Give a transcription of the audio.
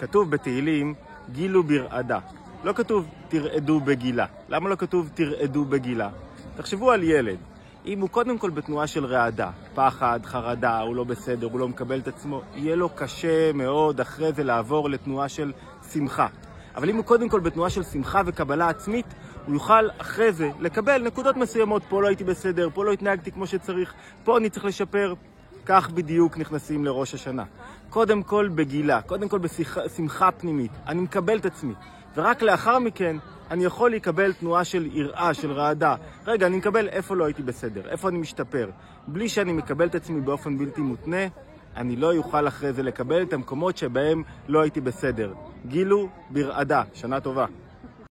כתוב בתהילים, גילו ברעדה. לא כתוב תרעדו בגילה. למה לא כתוב תרעדו בגילה? תחשבו על ילד. אם הוא קודם כל בתנועה של רעדה, פחד, חרדה, הוא לא בסדר, הוא לא מקבל את עצמו, יהיה לו קשה מאוד אחרי זה לעבור לתנועה של שמחה. אבל אם הוא קודם כל בתנועה של שמחה וקבלה עצמית, הוא יוכל אחרי זה לקבל נקודות מסוימות. פה לא הייתי בסדר, פה לא התנהגתי כמו שצריך, פה אני צריך לשפר. כך בדיוק נכנסים לראש השנה. קודם כל בגילה, קודם כל בשמחה פנימית. אני מקבל את עצמי. ורק לאחר מכן אני יכול לקבל תנועה של יראה, של רעדה. רגע, אני מקבל איפה לא הייתי בסדר, איפה אני משתפר. בלי שאני מקבל את עצמי באופן בלתי מותנה, אני לא יוכל אחרי זה לקבל את המקומות שבהם לא הייתי בסדר. גילו ברעדה. שנה טובה.